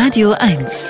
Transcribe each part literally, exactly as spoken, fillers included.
Radio eins.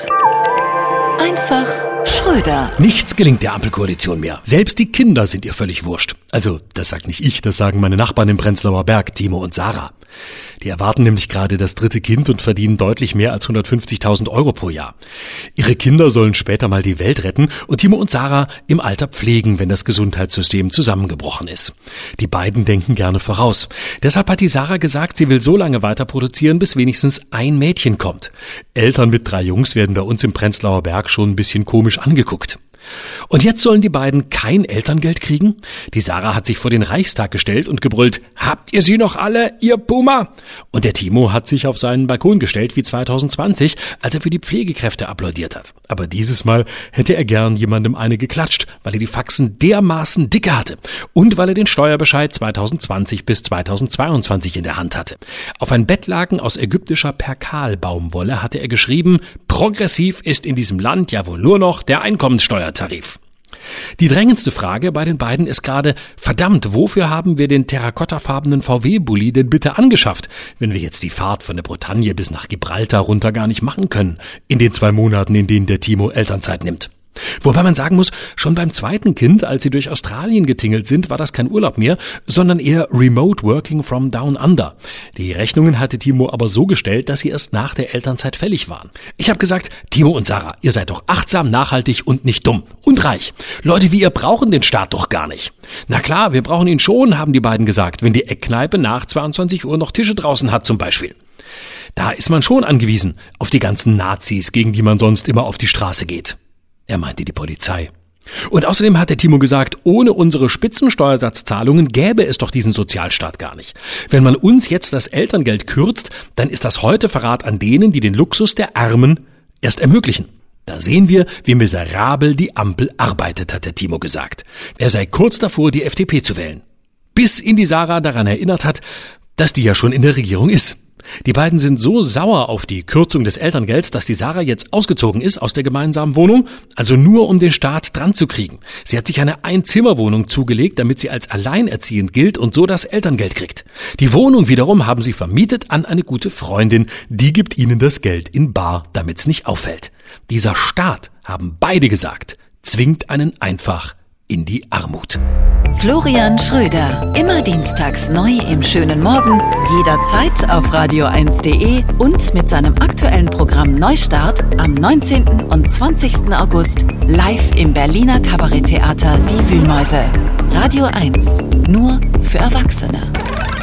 Einfach Schröder. Nichts gelingt der Ampelkoalition mehr. Selbst die Kinder sind ihr völlig wurscht. Also, das sagt nicht ich, das sagen meine Nachbarn im Prenzlauer Berg, Timo und Sarah. Die erwarten nämlich gerade das dritte Kind und verdienen deutlich mehr als hundertfünfzigtausend Euro pro Jahr. Ihre Kinder sollen später mal die Welt retten und Timo und Sarah im Alter pflegen, wenn das Gesundheitssystem zusammengebrochen ist. Die beiden denken gerne voraus. Deshalb hat die Sarah gesagt, sie will so lange weiter produzieren, bis wenigstens ein Mädchen kommt. Eltern mit drei Jungs werden bei uns im Prenzlauer Berg schon ein bisschen komisch angeguckt. Und jetzt sollen die beiden kein Elterngeld kriegen? Die Sarah hat sich vor den Reichstag gestellt und gebrüllt, habt ihr sie noch alle, ihr Boomer? Und der Timo hat sich auf seinen Balkon gestellt wie zwanzig zwanzig, als er für die Pflegekräfte applaudiert hat. Aber dieses Mal hätte er gern jemandem eine geklatscht, weil er die Faxen dermaßen dicke hatte und weil er den Steuerbescheid zwanzig zwanzig bis zwanzig zweiundzwanzig in der Hand hatte. Auf ein Bettlaken aus ägyptischer Perkalbaumwolle hatte er geschrieben, progressiv ist in diesem Land ja wohl nur noch der Einkommenssteuertarif. Die drängendste Frage bei den beiden ist gerade, verdammt, wofür haben wir den terrakottafarbenen V W-Bulli denn bitte angeschafft, wenn wir jetzt die Fahrt von der Bretagne bis nach Gibraltar runter gar nicht machen können, in den zwei Monaten, in denen der Timo Elternzeit nimmt. Wobei man sagen muss, schon beim zweiten Kind, als sie durch Australien getingelt sind, war das kein Urlaub mehr, sondern eher Remote Working from Down Under. Die Rechnungen hatte Timo aber so gestellt, dass sie erst nach der Elternzeit fällig waren. Ich habe gesagt, Timo und Sarah, ihr seid doch achtsam, nachhaltig und nicht dumm. Und reich. Leute wie ihr brauchen den Staat doch gar nicht. Na klar, wir brauchen ihn schon, haben die beiden gesagt, wenn die Eckkneipe nach zweiundzwanzig Uhr noch Tische draußen hat zum Beispiel. Da ist man schon angewiesen auf die ganzen Nazis, gegen die man sonst immer auf die Straße geht. Er meinte die Polizei. Und außerdem hat der Timo gesagt, ohne unsere Spitzensteuersatzzahlungen gäbe es doch diesen Sozialstaat gar nicht. Wenn man uns jetzt das Elterngeld kürzt, dann ist das heute Verrat an denen, die den Luxus der Armen erst ermöglichen. Da sehen wir, wie miserabel die Ampel arbeitet, hat der Timo gesagt. Er sei kurz davor, die F D P zu wählen. Bis ihn die Sarah daran erinnert hat, dass die ja schon in der Regierung ist. Die beiden sind so sauer auf die Kürzung des Elterngelds, dass die Sarah jetzt ausgezogen ist aus der gemeinsamen Wohnung, also nur um den Staat dran zu kriegen. Sie hat sich eine Einzimmerwohnung zugelegt, damit sie als alleinerziehend gilt und so das Elterngeld kriegt. Die Wohnung wiederum haben sie vermietet an eine gute Freundin, die gibt ihnen das Geld in bar, damit es nicht auffällt. Dieser Staat, haben beide gesagt, zwingt einen einfach in die Armut. Florian Schröder, immer dienstags neu im schönen Morgen, jederzeit auf radio eins punkt de und mit seinem aktuellen Programm Neustart am neunzehnten und zwanzigsten August live im Berliner Kabaretttheater Die Wühlmäuse. Radio eins, nur für Erwachsene.